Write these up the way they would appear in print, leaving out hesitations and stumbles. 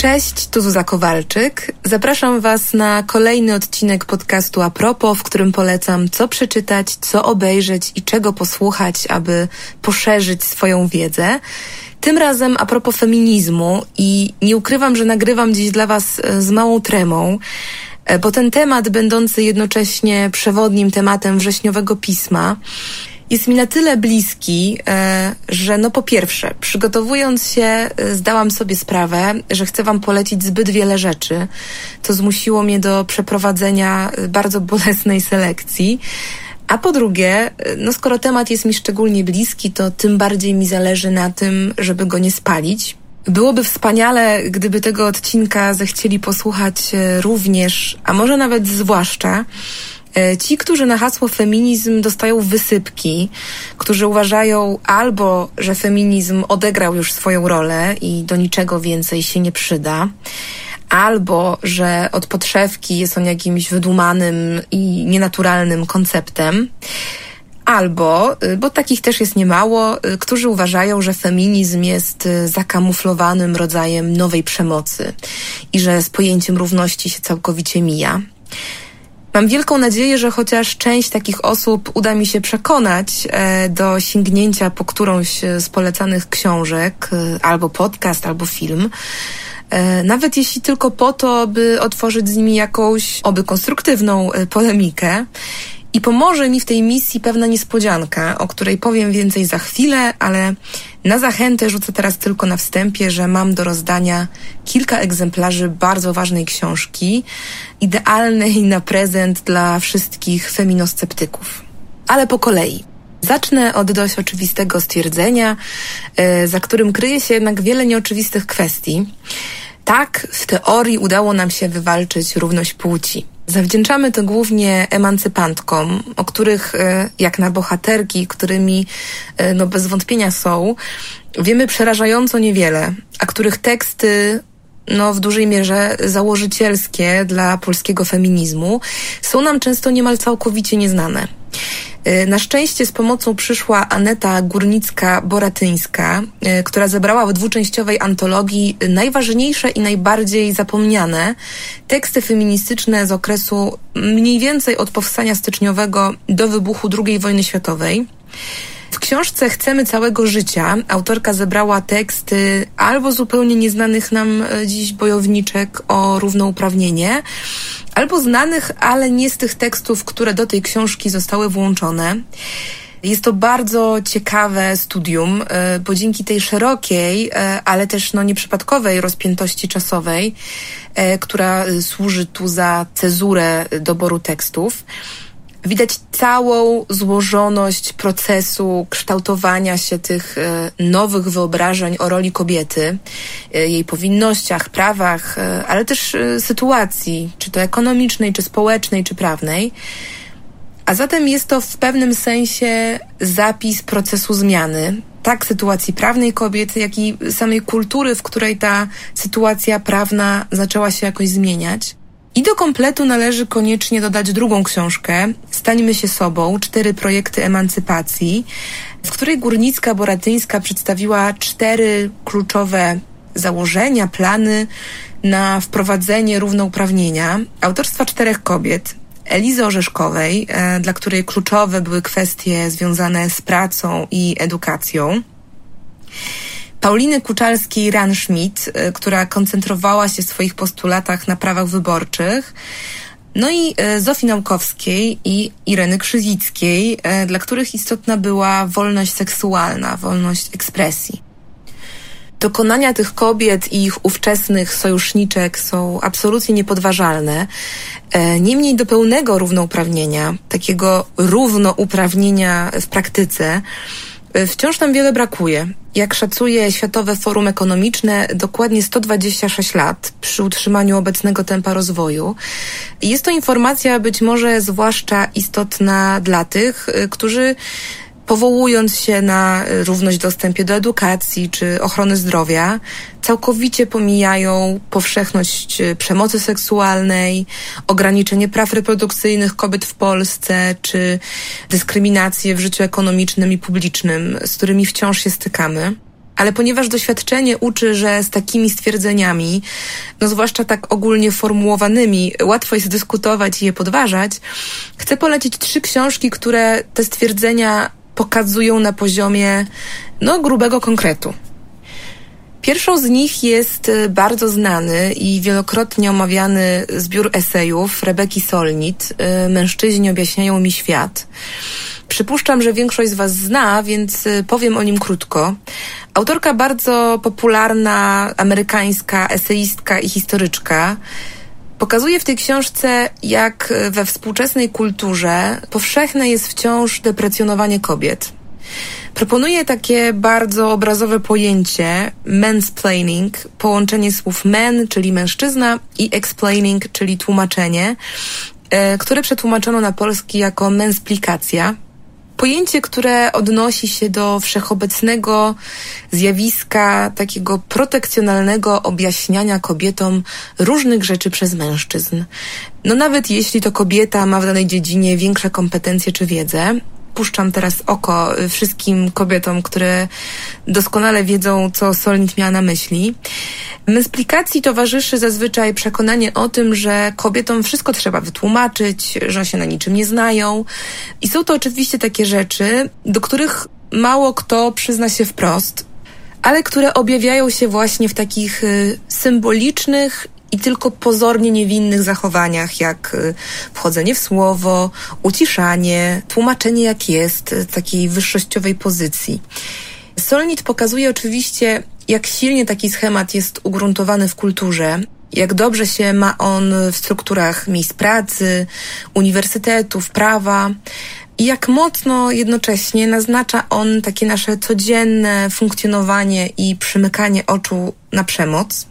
Cześć, tu Zuza Kowalczyk. Zapraszam Was na kolejny odcinek podcastu A propos, w którym polecam, co przeczytać, co obejrzeć i czego posłuchać, aby poszerzyć swoją wiedzę. Tym razem a propos feminizmu i nie ukrywam, że nagrywam dziś dla Was z małą tremą, bo ten temat, będący jednocześnie przewodnim tematem wrześniowego pisma, jest mi na tyle bliski, że po pierwsze, przygotowując się, zdałam sobie sprawę, że chcę Wam polecić zbyt wiele rzeczy. To zmusiło mnie do przeprowadzenia bardzo bolesnej selekcji. A po drugie, skoro temat jest mi szczególnie bliski, to tym bardziej mi zależy na tym, żeby go nie spalić. Byłoby wspaniale, gdyby tego odcinka zechcieli posłuchać również, a może nawet zwłaszcza, ci, którzy na hasło feminizm dostają wysypki, którzy uważają albo, że feminizm odegrał już swoją rolę i do niczego więcej się nie przyda, albo, że od podszewki jest on jakimś wydumanym i nienaturalnym konceptem, albo, bo takich też jest niemało, którzy uważają, że feminizm jest zakamuflowanym rodzajem nowej przemocy i że z pojęciem równości się całkowicie mija. Mam wielką nadzieję, że chociaż część takich osób uda mi się przekonać do sięgnięcia po którąś z polecanych książek, albo podcast, albo film, nawet jeśli tylko po to, by otworzyć z nimi jakąś, oby konstruktywną polemikę. I pomoże mi w tej misji pewna niespodzianka, o której powiem więcej za chwilę, ale na zachętę rzucę teraz tylko na wstępie, że mam do rozdania kilka egzemplarzy bardzo ważnej książki, idealnej na prezent dla wszystkich feminosceptyków. Ale po kolei. Zacznę od dość oczywistego stwierdzenia, za którym kryje się jednak wiele nieoczywistych kwestii. Tak, w teorii udało nam się wywalczyć równość płci. Zawdzięczamy to głównie emancypantkom, o których, jak na bohaterki, którymi bez wątpienia są, wiemy przerażająco niewiele, a których teksty, w dużej mierze założycielskie dla polskiego feminizmu, są nam często niemal całkowicie nieznane. Na szczęście z pomocą przyszła Aneta Górnicka-Boratyńska, która zebrała w dwuczęściowej antologii najważniejsze i najbardziej zapomniane teksty feministyczne z okresu mniej więcej od powstania styczniowego do wybuchu II wojny światowej. W książce Chcemy całego życia autorka zebrała teksty albo zupełnie nieznanych nam dziś bojowniczek o równouprawnienie, albo znanych, ale nie z tych tekstów, które do tej książki zostały włączone. Jest to bardzo ciekawe studium, bo dzięki tej szerokiej, ale też nieprzypadkowej rozpiętości czasowej, która służy tu za cezurę doboru tekstów, widać całą złożoność procesu kształtowania się tych nowych wyobrażeń o roli kobiety, jej powinnościach, prawach, ale też sytuacji, czy to ekonomicznej, czy społecznej, czy prawnej. A zatem jest to w pewnym sensie zapis procesu zmiany, tak sytuacji prawnej kobiety, jak i samej kultury, w której ta sytuacja prawna zaczęła się jakoś zmieniać. I do kompletu należy koniecznie dodać drugą książkę, Stańmy się sobą, 4 projekty emancypacji, w której Górnicka-Boratyńska przedstawiła 4 kluczowe założenia, plany na wprowadzenie równouprawnienia autorstwa 4 kobiet. Elizy Orzeszkowej, dla której kluczowe były kwestie związane z pracą i edukacją. Pauliny Kuczalskiej-Ranschmidt, która koncentrowała się w swoich postulatach na prawach wyborczych. I Zofii Naukowskiej i Ireny Krzywickiej, dla których istotna była wolność seksualna, wolność ekspresji. Dokonania tych kobiet i ich ówczesnych sojuszniczek są absolutnie niepodważalne. Niemniej do pełnego równouprawnienia, takiego równouprawnienia w praktyce, wciąż nam wiele brakuje. Jak szacuje Światowe Forum Ekonomiczne, dokładnie 126 lat przy utrzymaniu obecnego tempa rozwoju. I jest to informacja być może zwłaszcza istotna dla tych, którzy powołując się na równość w dostępie do edukacji czy ochrony zdrowia, całkowicie pomijają powszechność przemocy seksualnej, ograniczenie praw reprodukcyjnych kobiet w Polsce czy dyskryminację w życiu ekonomicznym i publicznym, z którymi wciąż się stykamy. Ale ponieważ doświadczenie uczy, że z takimi stwierdzeniami, zwłaszcza tak ogólnie formułowanymi, łatwo jest dyskutować i je podważać, chcę polecić 3 książki, które te stwierdzenia pokazują na poziomie, grubego konkretu. Pierwszą z nich jest bardzo znany i wielokrotnie omawiany zbiór esejów Rebeki Solnit, Mężczyźni objaśniają mi świat. Przypuszczam, że większość z Was zna, więc powiem o nim krótko. Autorka bardzo popularna, amerykańska eseistka i historyczka pokazuje w tej książce, jak we współczesnej kulturze powszechne jest wciąż deprecjonowanie kobiet. Proponuje takie bardzo obrazowe pojęcie mansplaining, połączenie słów man, czyli mężczyzna, i explaining, czyli tłumaczenie, które przetłumaczono na polski jako mensplikacja. Pojęcie, które odnosi się do wszechobecnego zjawiska takiego protekcjonalnego objaśniania kobietom różnych rzeczy przez mężczyzn. Nawet jeśli to kobieta ma w danej dziedzinie większe kompetencje czy wiedzę. Puszczam teraz oko wszystkim kobietom, które doskonale wiedzą, co Solnit miała na myśli. Mensplikacji towarzyszy zazwyczaj przekonanie o tym, że kobietom wszystko trzeba wytłumaczyć, że się na niczym nie znają. I są to oczywiście takie rzeczy, do których mało kto przyzna się wprost, ale które objawiają się właśnie w takich symbolicznych i tylko pozornie niewinnych zachowaniach, jak wchodzenie w słowo, uciszanie, tłumaczenie jak jest, takiej wyższościowej pozycji. Solnit pokazuje oczywiście, jak silnie taki schemat jest ugruntowany w kulturze, jak dobrze się ma on w strukturach miejsc pracy, uniwersytetów, prawa i jak mocno jednocześnie naznacza on takie nasze codzienne funkcjonowanie i przymykanie oczu na przemoc.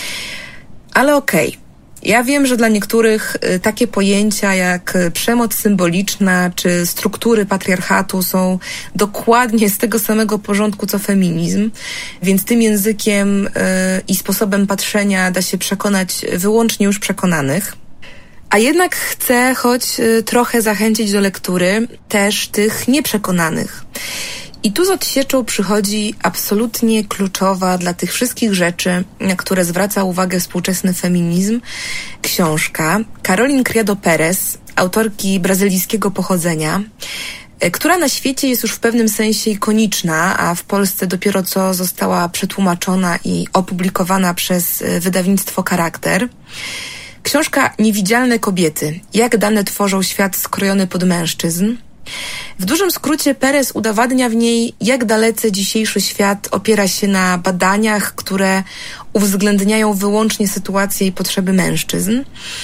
Ale okej. Ja wiem, że dla niektórych takie pojęcia jak przemoc symboliczna czy struktury patriarchatu są dokładnie z tego samego porządku co feminizm, więc tym językiem i sposobem patrzenia da się przekonać wyłącznie już przekonanych. A jednak chcę choć trochę zachęcić do lektury też tych nieprzekonanych. I tu z odsieczą przychodzi absolutnie kluczowa dla tych wszystkich rzeczy, na które zwraca uwagę współczesny feminizm, książka Caroline Criado Perez, autorki brazylijskiego pochodzenia, która na świecie jest już w pewnym sensie ikoniczna, a w Polsce dopiero co została przetłumaczona i opublikowana przez wydawnictwo Charakter. Książka Niewidzialne kobiety. Jak dane tworzą świat skrojony pod mężczyzn. W dużym skrócie Perez udowadnia w niej, jak dalece dzisiejszy świat opiera się na badaniach, które uwzględniają wyłącznie sytuacje i potrzeby mężczyzn.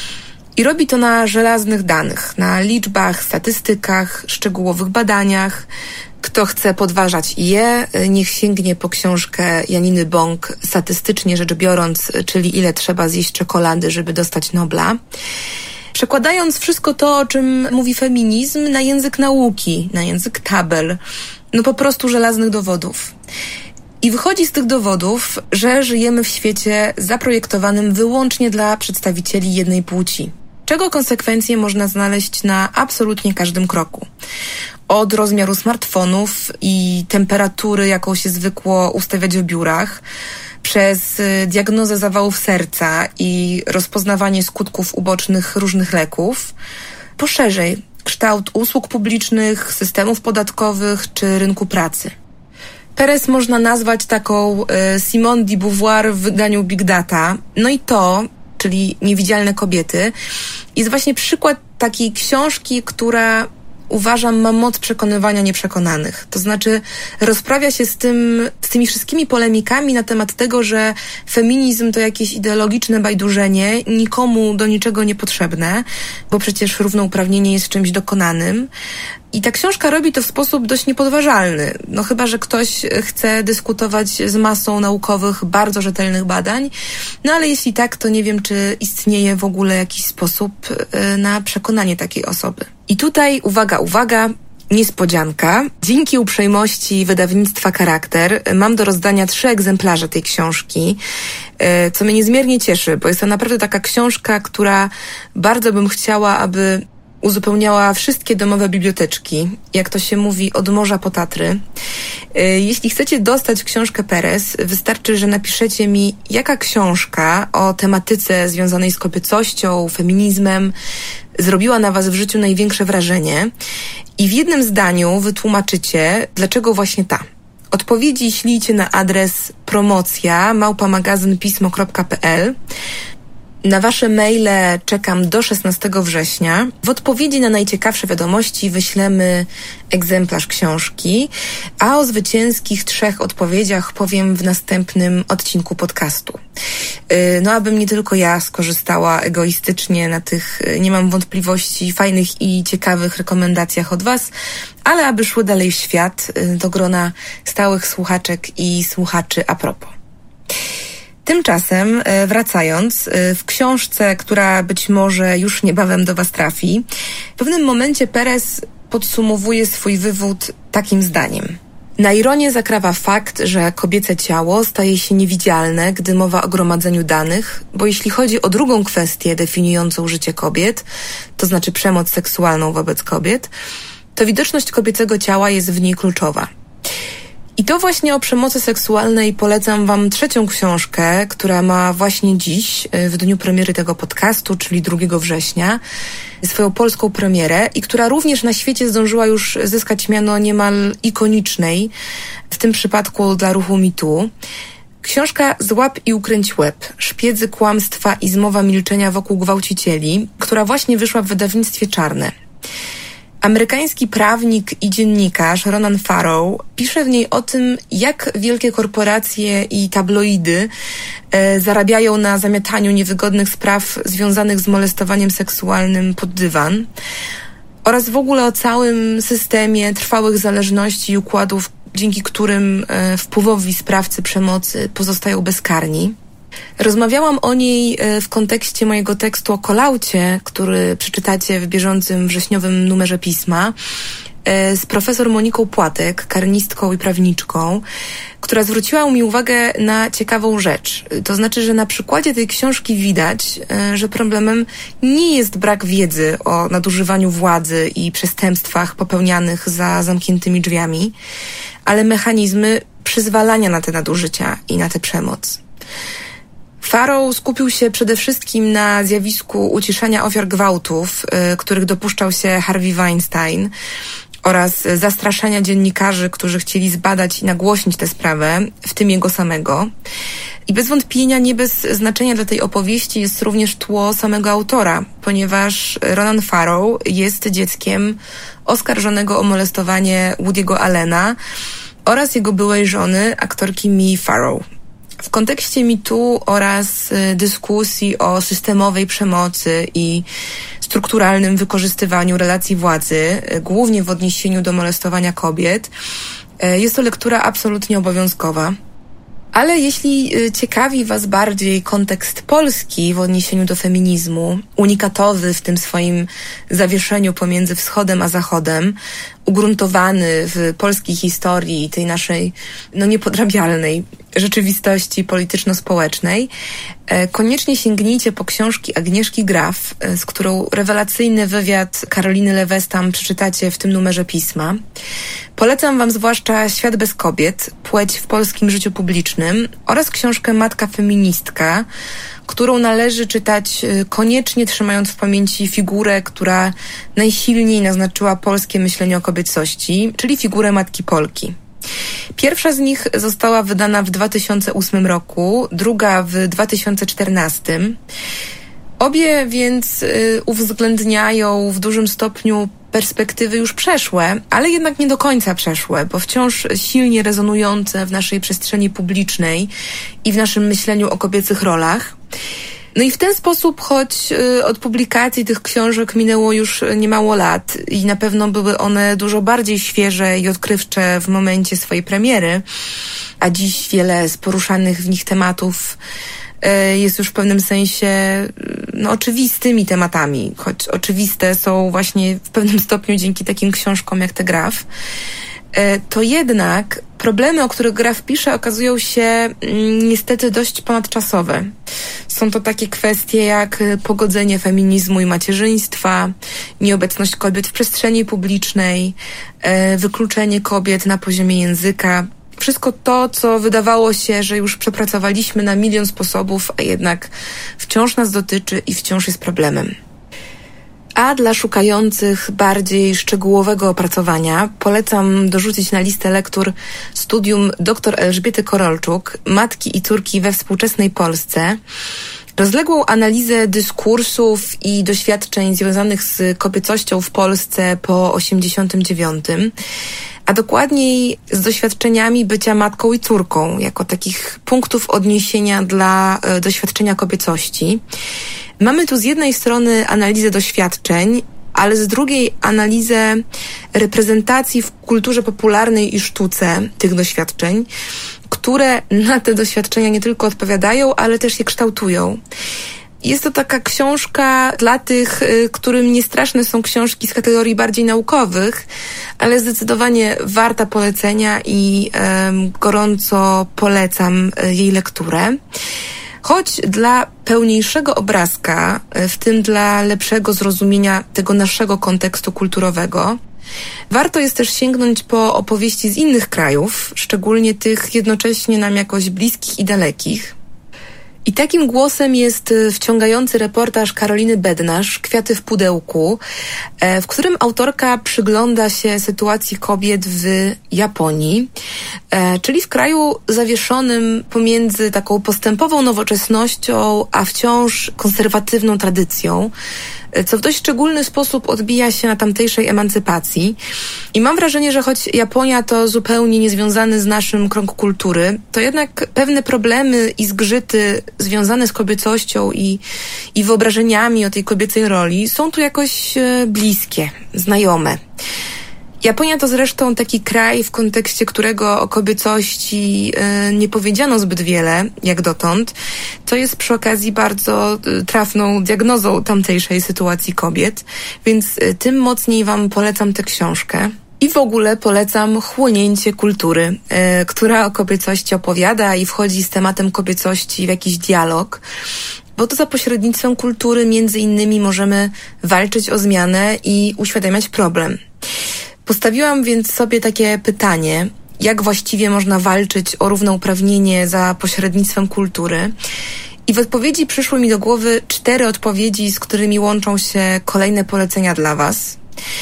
I robi to na żelaznych danych, na liczbach, statystykach, szczegółowych badaniach. Kto chce podważać je, niech sięgnie po książkę Janiny Bąk, statystycznie rzecz biorąc, czyli ile trzeba zjeść czekolady, żeby dostać Nobla. Przekładając wszystko to, o czym mówi feminizm, na język nauki, na język tabel, po prostu żelaznych dowodów. I wychodzi z tych dowodów, że żyjemy w świecie zaprojektowanym wyłącznie dla przedstawicieli jednej płci, czego konsekwencje można znaleźć na absolutnie każdym kroku. Od rozmiaru smartfonów i temperatury, jaką się zwykło ustawiać w biurach, przez diagnozę zawałów serca i rozpoznawanie skutków ubocznych różnych leków, po szerzej kształt usług publicznych, systemów podatkowych czy rynku pracy. Perez można nazwać taką Simone de Beauvoir w wydaniu Big Data. I to, czyli Niewidzialne kobiety, jest właśnie przykład takiej książki, która uważam, ma moc przekonywania nieprzekonanych. To znaczy rozprawia się z tymi wszystkimi polemikami na temat tego, że feminizm to jakieś ideologiczne bajdurzenie, nikomu do niczego niepotrzebne, bo przecież równouprawnienie jest czymś dokonanym. I ta książka robi to w sposób dość niepodważalny. Chyba że ktoś chce dyskutować z masą naukowych, bardzo rzetelnych badań. Ale jeśli tak, to nie wiem, czy istnieje w ogóle jakiś sposób na przekonanie takiej osoby. I tutaj, uwaga, niespodzianka. Dzięki uprzejmości wydawnictwa Charakter mam do rozdania 3 egzemplarze tej książki, co mnie niezmiernie cieszy, bo jest to naprawdę taka książka, która bardzo bym chciała, aby uzupełniała wszystkie domowe biblioteczki, jak to się mówi, od morza po Tatry. Jeśli chcecie dostać książkę Perez, wystarczy, że napiszecie mi, jaka książka o tematyce związanej z kobiecością, feminizmem zrobiła na was w życiu największe wrażenie i w jednym zdaniu wytłumaczycie, dlaczego właśnie ta. Odpowiedzi ślijcie na adres promocja@magazynpismo.pl. Na wasze maile czekam do 16 września. W odpowiedzi na najciekawsze wiadomości wyślemy egzemplarz książki, a o zwycięskich 3 odpowiedziach powiem w następnym odcinku podcastu. No, abym nie tylko ja skorzystała egoistycznie na tych, nie mam wątpliwości, fajnych i ciekawych rekomendacjach od was, ale aby szły dalej w świat do grona stałych słuchaczek i słuchaczy a propos. Tymczasem, wracając, w książce, która być może już niebawem do was trafi, w pewnym momencie Perez podsumowuje swój wywód takim zdaniem. Na ironię zakrawa fakt, że kobiece ciało staje się niewidzialne, gdy mowa o gromadzeniu danych, bo jeśli chodzi o drugą kwestię definiującą życie kobiet, to znaczy przemoc seksualną wobec kobiet, to widoczność kobiecego ciała jest w niej kluczowa. I to właśnie o przemocy seksualnej polecam wam 3. książkę, która ma właśnie dziś, w dniu premiery tego podcastu, czyli 2 września, swoją polską premierę i która również na świecie zdążyła już zyskać miano niemal ikonicznej, w tym przypadku dla ruchu MeToo. Książka Złap i ukręć łeb, szpiedzy kłamstwa i zmowa milczenia wokół gwałcicieli, która właśnie wyszła w wydawnictwie Czarne. Amerykański prawnik i dziennikarz Ronan Farrow pisze w niej o tym, jak wielkie korporacje i tabloidy zarabiają na zamiataniu niewygodnych spraw związanych z molestowaniem seksualnym pod dywan oraz w ogóle o całym systemie trwałych zależności i układów, dzięki którym wpływowi sprawcy przemocy pozostają bezkarni. Rozmawiałam o niej w kontekście mojego tekstu o kolaucie, który przeczytacie w bieżącym wrześniowym numerze pisma, z profesor Moniką Płatek, karnistką i prawniczką, która zwróciła mi uwagę na ciekawą rzecz. To znaczy, że na przykładzie tej książki widać, że problemem nie jest brak wiedzy o nadużywaniu władzy i przestępstwach popełnianych za zamkniętymi drzwiami, ale mechanizmy przyzwalania na te nadużycia i na tę przemoc. Farrow skupił się przede wszystkim na zjawisku uciszania ofiar gwałtów, których dopuszczał się Harvey Weinstein, oraz zastraszania dziennikarzy, którzy chcieli zbadać i nagłośnić tę sprawę, w tym jego samego. I bez wątpienia nie bez znaczenia dla tej opowieści jest również tło samego autora, ponieważ Ronan Farrow jest dzieckiem oskarżonego o molestowanie Woody'ego Allena oraz jego byłej żony, aktorki Mii Farrow. W kontekście MeToo oraz dyskusji o systemowej przemocy i strukturalnym wykorzystywaniu relacji władzy, głównie w odniesieniu do molestowania kobiet, jest to lektura absolutnie obowiązkowa. Ale jeśli ciekawi was bardziej kontekst polski w odniesieniu do feminizmu, unikatowy w tym swoim zawieszeniu pomiędzy wschodem a zachodem, ugruntowany w polskiej historii, tej naszej niepodrabialnej rzeczywistości polityczno-społecznej, koniecznie sięgnijcie po książki Agnieszki Graf, z którą rewelacyjny wywiad Karoliny Lewestam przeczytacie w tym numerze pisma. Polecam wam zwłaszcza Świat bez kobiet, płeć w polskim życiu publicznym oraz książkę Matka feministka, którą należy czytać koniecznie trzymając w pamięci figurę, która najsilniej naznaczyła polskie myślenie o kobiecości, czyli figurę Matki Polki. Pierwsza z nich została wydana w 2008 roku, druga w 2014. Obie więc uwzględniają w dużym stopniu perspektywy już przeszłe, ale jednak nie do końca przeszłe, bo wciąż silnie rezonujące w naszej przestrzeni publicznej i w naszym myśleniu o kobiecych rolach. No i w ten sposób, choć od publikacji tych książek minęło już niemało lat i na pewno były one dużo bardziej świeże i odkrywcze w momencie swojej premiery, a dziś wiele z poruszanych w nich tematów jest już w pewnym sensie oczywistymi tematami, choć oczywiste są właśnie w pewnym stopniu dzięki takim książkom jak te Graf. to jednak problemy, o których Graf pisze, okazują się niestety dość ponadczasowe. Są to takie kwestie jak pogodzenie feminizmu i macierzyństwa, nieobecność kobiet w przestrzeni publicznej, wykluczenie kobiet na poziomie języka. Wszystko to, co wydawało się, że już przepracowaliśmy na milion sposobów, a jednak wciąż nas dotyczy i wciąż jest problemem. A dla szukających bardziej szczegółowego opracowania polecam dorzucić na listę lektur studium dr Elżbiety Korolczuk, Matki i córki we współczesnej Polsce, rozległą analizę dyskursów i doświadczeń związanych z kobiecością w Polsce po 1989, a dokładniej z doświadczeniami bycia matką i córką, jako takich punktów odniesienia dla doświadczenia kobiecości. Mamy tu z jednej strony analizę doświadczeń, ale z drugiej analizę reprezentacji w kulturze popularnej i sztuce tych doświadczeń, które na te doświadczenia nie tylko odpowiadają, ale też je kształtują. Jest to taka książka dla tych, którym niestraszne są książki z kategorii bardziej naukowych, ale zdecydowanie warta polecenia i gorąco polecam jej lekturę. Choć dla pełniejszego obrazka, w tym dla lepszego zrozumienia tego naszego kontekstu kulturowego, warto jest też sięgnąć po opowieści z innych krajów, szczególnie tych jednocześnie nam jakoś bliskich i dalekich. I takim głosem jest wciągający reportaż Karoliny Bednarz, Kwiaty w pudełku, w którym autorka przygląda się sytuacji kobiet w Japonii, czyli w kraju zawieszonym pomiędzy taką postępową nowoczesnością, a wciąż konserwatywną tradycją, co w dość szczególny sposób odbija się na tamtejszej emancypacji. I mam wrażenie, że choć Japonia to zupełnie niezwiązany z naszym krąg kultury, to jednak pewne problemy i zgrzyty związane z kobiecością i wyobrażeniami o tej kobiecej roli są tu jakoś bliskie, znajome. Japonia to zresztą taki kraj, w kontekście którego o kobiecości nie powiedziano zbyt wiele, jak dotąd, co jest przy okazji bardzo trafną diagnozą tamtejszej sytuacji kobiet, więc tym mocniej Wam polecam tę książkę. I w ogóle polecam Chłonięcie kultury, która o kobiecości opowiada i wchodzi z tematem kobiecości w jakiś dialog, bo to za pośrednictwem kultury między innymi możemy walczyć o zmianę i uświadamiać problem. Postawiłam więc sobie takie pytanie, jak właściwie można walczyć o równouprawnienie za pośrednictwem kultury? I w odpowiedzi przyszły mi do głowy 4 odpowiedzi, z którymi łączą się kolejne polecenia dla Was.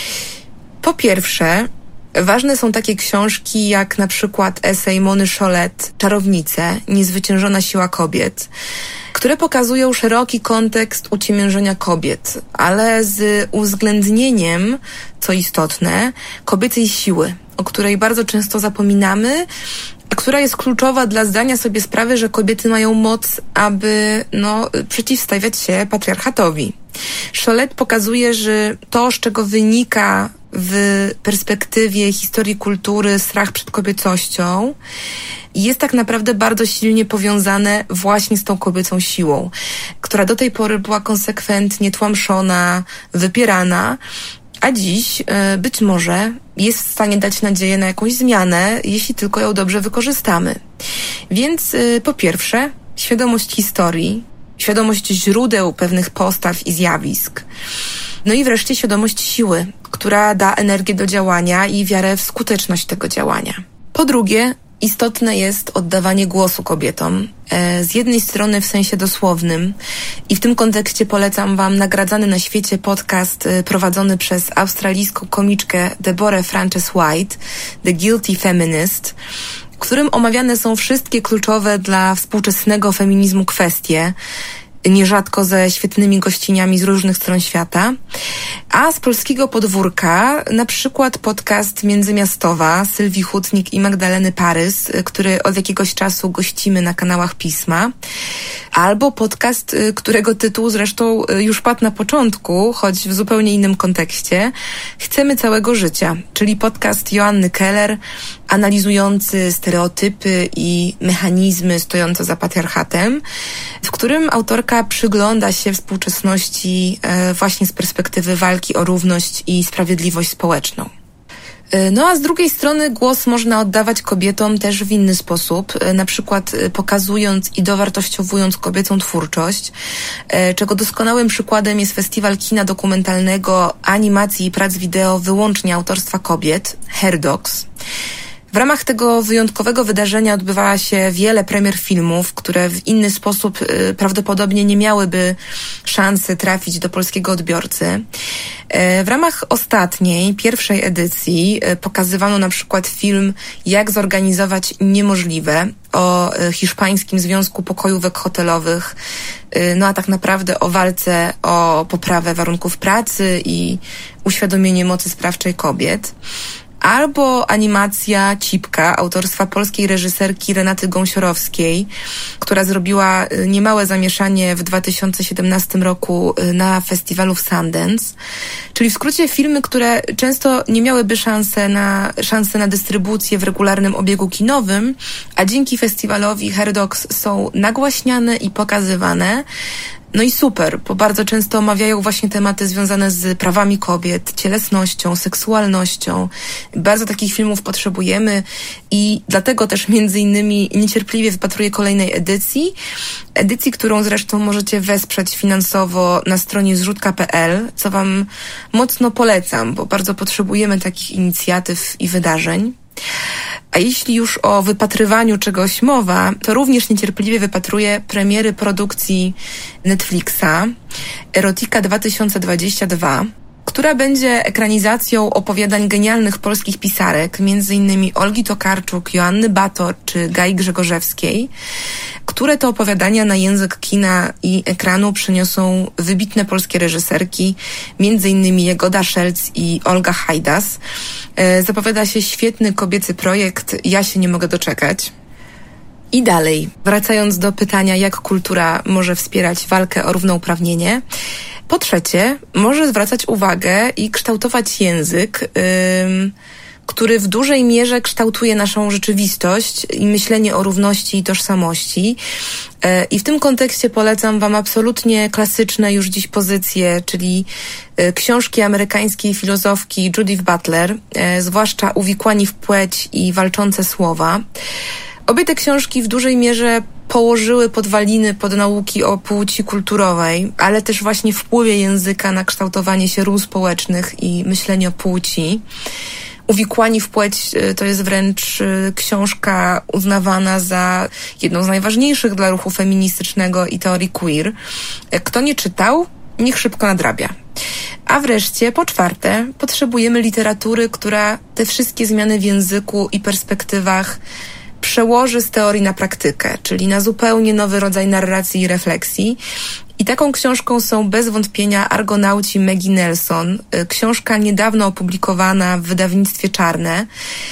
Po pierwsze, ważne są takie książki jak na przykład esej Mony Chollet Czarownice, niezwyciężona siła kobiet, które pokazują szeroki kontekst uciemiężenia kobiet, ale z uwzględnieniem, co istotne, kobiecej siły, o której bardzo często zapominamy, a która jest kluczowa dla zdania sobie sprawy, że kobiety mają moc, aby przeciwstawiać się patriarchatowi. Chollet pokazuje, że to, z czego wynika w perspektywie historii kultury strach przed kobiecością, jest tak naprawdę bardzo silnie powiązane właśnie z tą kobiecą siłą, która do tej pory była konsekwentnie tłamszona, wypierana, a dziś być może jest w stanie dać nadzieję na jakąś zmianę, jeśli tylko ją dobrze wykorzystamy. Więc po pierwsze, świadomość historii, świadomość źródeł pewnych postaw i zjawisk. No i wreszcie świadomość siły, która da energię do działania i wiarę w skuteczność tego działania. Po drugie, istotne jest oddawanie głosu kobietom. Z jednej strony w sensie dosłownym i w tym kontekście polecam Wam nagradzany na świecie podcast prowadzony przez australijską komiczkę Deborah Frances White, The Guilty Feminist, w którym omawiane są wszystkie kluczowe dla współczesnego feminizmu kwestie, nierzadko ze świetnymi gościniami z różnych stron świata. A z polskiego podwórka na przykład podcast Międzymiastowa Sylwii Hutnik i Magdaleny Parys, który od jakiegoś czasu gościmy na kanałach Pisma. Albo podcast, którego tytuł zresztą już padł na początku, choć w zupełnie innym kontekście, Chcemy całego życia, czyli podcast Joanny Keller, analizujący stereotypy i mechanizmy stojące za patriarchatem, w którym autorka przygląda się współczesności właśnie z perspektywy walki o równość i sprawiedliwość społeczną. No a z drugiej strony głos można oddawać kobietom też w inny sposób, na przykład pokazując i dowartościowując kobiecą twórczość, czego doskonałym przykładem jest Festiwal Kina Dokumentalnego, Animacji i Prac Wideo wyłącznie autorstwa kobiet, Hair Dogs. W ramach tego wyjątkowego wydarzenia odbywała się wiele premier filmów, które w inny sposób prawdopodobnie nie miałyby szansy trafić do polskiego odbiorcy. W ramach ostatniej, pierwszej edycji pokazywano na przykład film Jak zorganizować niemożliwe o hiszpańskim Związku Pokojówek Hotelowych, no a tak naprawdę o walce o poprawę warunków pracy i uświadomienie mocy sprawczej kobiet. Albo animacja Cipka autorstwa polskiej reżyserki Renaty Gąsiorowskiej, która zrobiła niemałe zamieszanie w 2017 roku na festiwalu w Sundance. Czyli w skrócie filmy, które często nie miałyby szansy na dystrybucję w regularnym obiegu kinowym, a dzięki festiwalowi Hair Dogs są nagłaśniane i pokazywane. No i super, bo bardzo często omawiają właśnie tematy związane z prawami kobiet, cielesnością, seksualnością. Bardzo takich filmów potrzebujemy i dlatego też między innymi niecierpliwie wypatruję kolejnej edycji, którą zresztą możecie wesprzeć finansowo na stronie zrzutka.pl, co Wam mocno polecam, bo bardzo potrzebujemy takich inicjatyw i wydarzeń. A jeśli już o wypatrywaniu czegoś mowa, to również niecierpliwie wypatruję premiery produkcji Netflixa Erotika 2022, która będzie ekranizacją opowiadań genialnych polskich pisarek, m.in. Olgi Tokarczuk, Joanny Bator czy Gai Grzegorzewskiej, które to opowiadania na język kina i ekranu przyniosą wybitne polskie reżyserki, m.in. Jagoda Szelc i Olga Hajdas. Zapowiada się świetny kobiecy projekt, ja się nie mogę doczekać. I dalej, wracając do pytania, jak kultura może wspierać walkę o równouprawnienie. Po trzecie, może zwracać uwagę i kształtować język, który w dużej mierze kształtuje naszą rzeczywistość i myślenie o równości i tożsamości. I w tym kontekście polecam Wam absolutnie klasyczne już dziś pozycje, czyli książki amerykańskiej filozofki Judith Butler, zwłaszcza Uwikłani w płeć i Walczące słowa. Obie te książki w dużej mierze położyły podwaliny pod nauki o płci kulturowej, ale też właśnie wpływie języka na kształtowanie się ról społecznych i myślenie o płci. Uwikłani w płeć to jest wręcz książka uznawana za jedną z najważniejszych dla ruchu feministycznego i teorii queer. Kto nie czytał, niech szybko nadrabia. A wreszcie, po czwarte, potrzebujemy literatury, która te wszystkie zmiany w języku i perspektywach przełoży z teorii na praktykę, czyli na zupełnie nowy rodzaj narracji i refleksji. I taką książką są bez wątpienia Argonauci Maggie Nelson, książka niedawno opublikowana w wydawnictwie Czarne.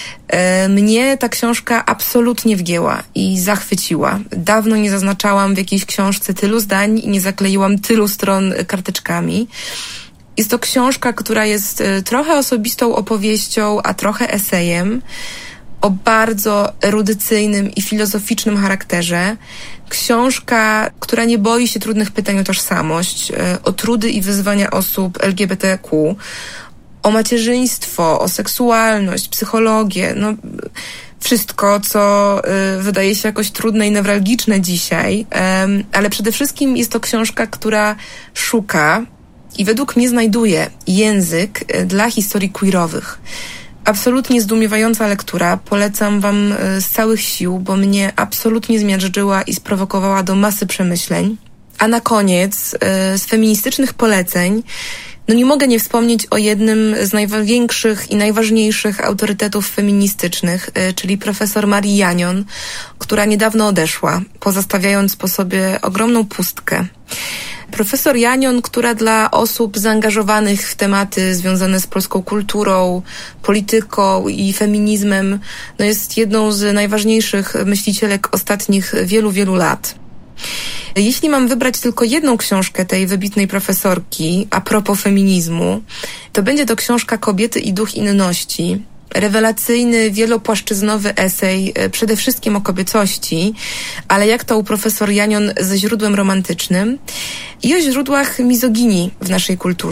Mnie ta książka absolutnie wgięła i zachwyciła. Dawno nie zaznaczałam w jakiejś książce tylu zdań i nie zakleiłam tylu stron karteczkami. Jest to książka, która jest trochę osobistą opowieścią, a trochę esejem o bardzo erudycyjnym i filozoficznym charakterze. Książka, która nie boi się trudnych pytań o tożsamość, o trudy i wyzwania osób LGBTQ, o macierzyństwo, o seksualność, psychologię, no wszystko, co wydaje się jakoś trudne i newralgiczne dzisiaj, ale przede wszystkim jest to książka, która szuka i według mnie znajduje język dla historii queerowych. Absolutnie zdumiewająca lektura, polecam Wam z całych sił, bo mnie absolutnie zmiażdżyła i sprowokowała do masy przemyśleń. A na koniec z feministycznych poleceń, no nie mogę nie wspomnieć o jednym z największych i najważniejszych autorytetów feministycznych, czyli profesor Marii Janion, która niedawno odeszła, pozostawiając po sobie ogromną pustkę. Profesor Janion, która dla osób zaangażowanych w tematy związane z polską kulturą, polityką i feminizmem, no jest jedną z najważniejszych myślicielek ostatnich wielu, wielu lat. Jeśli mam wybrać tylko jedną książkę tej wybitnej profesorki a propos feminizmu, to będzie to książka Kobiety i duch inności. Rewelacyjny, wielopłaszczyznowy esej przede wszystkim o kobiecości, ale jak to u profesor Janion ze źródłem romantycznym i o źródłach mizoginii w naszej kulturze.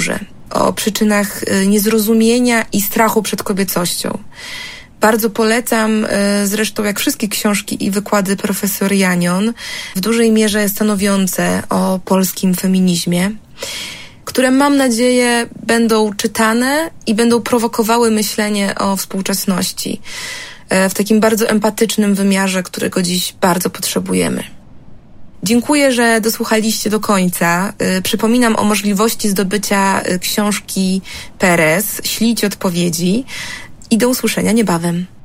o przyczynach niezrozumienia i strachu przed kobiecością. Bardzo polecam, zresztą jak wszystkie książki i wykłady profesor Janion, w dużej mierze stanowiące o polskim feminizmie, które mam nadzieję będą czytane i będą prowokowały myślenie o współczesności w takim bardzo empatycznym wymiarze, którego dziś bardzo potrzebujemy. Dziękuję, że dosłuchaliście do końca. Przypominam o możliwości zdobycia książki Perez, Ślić odpowiedzi i do usłyszenia niebawem.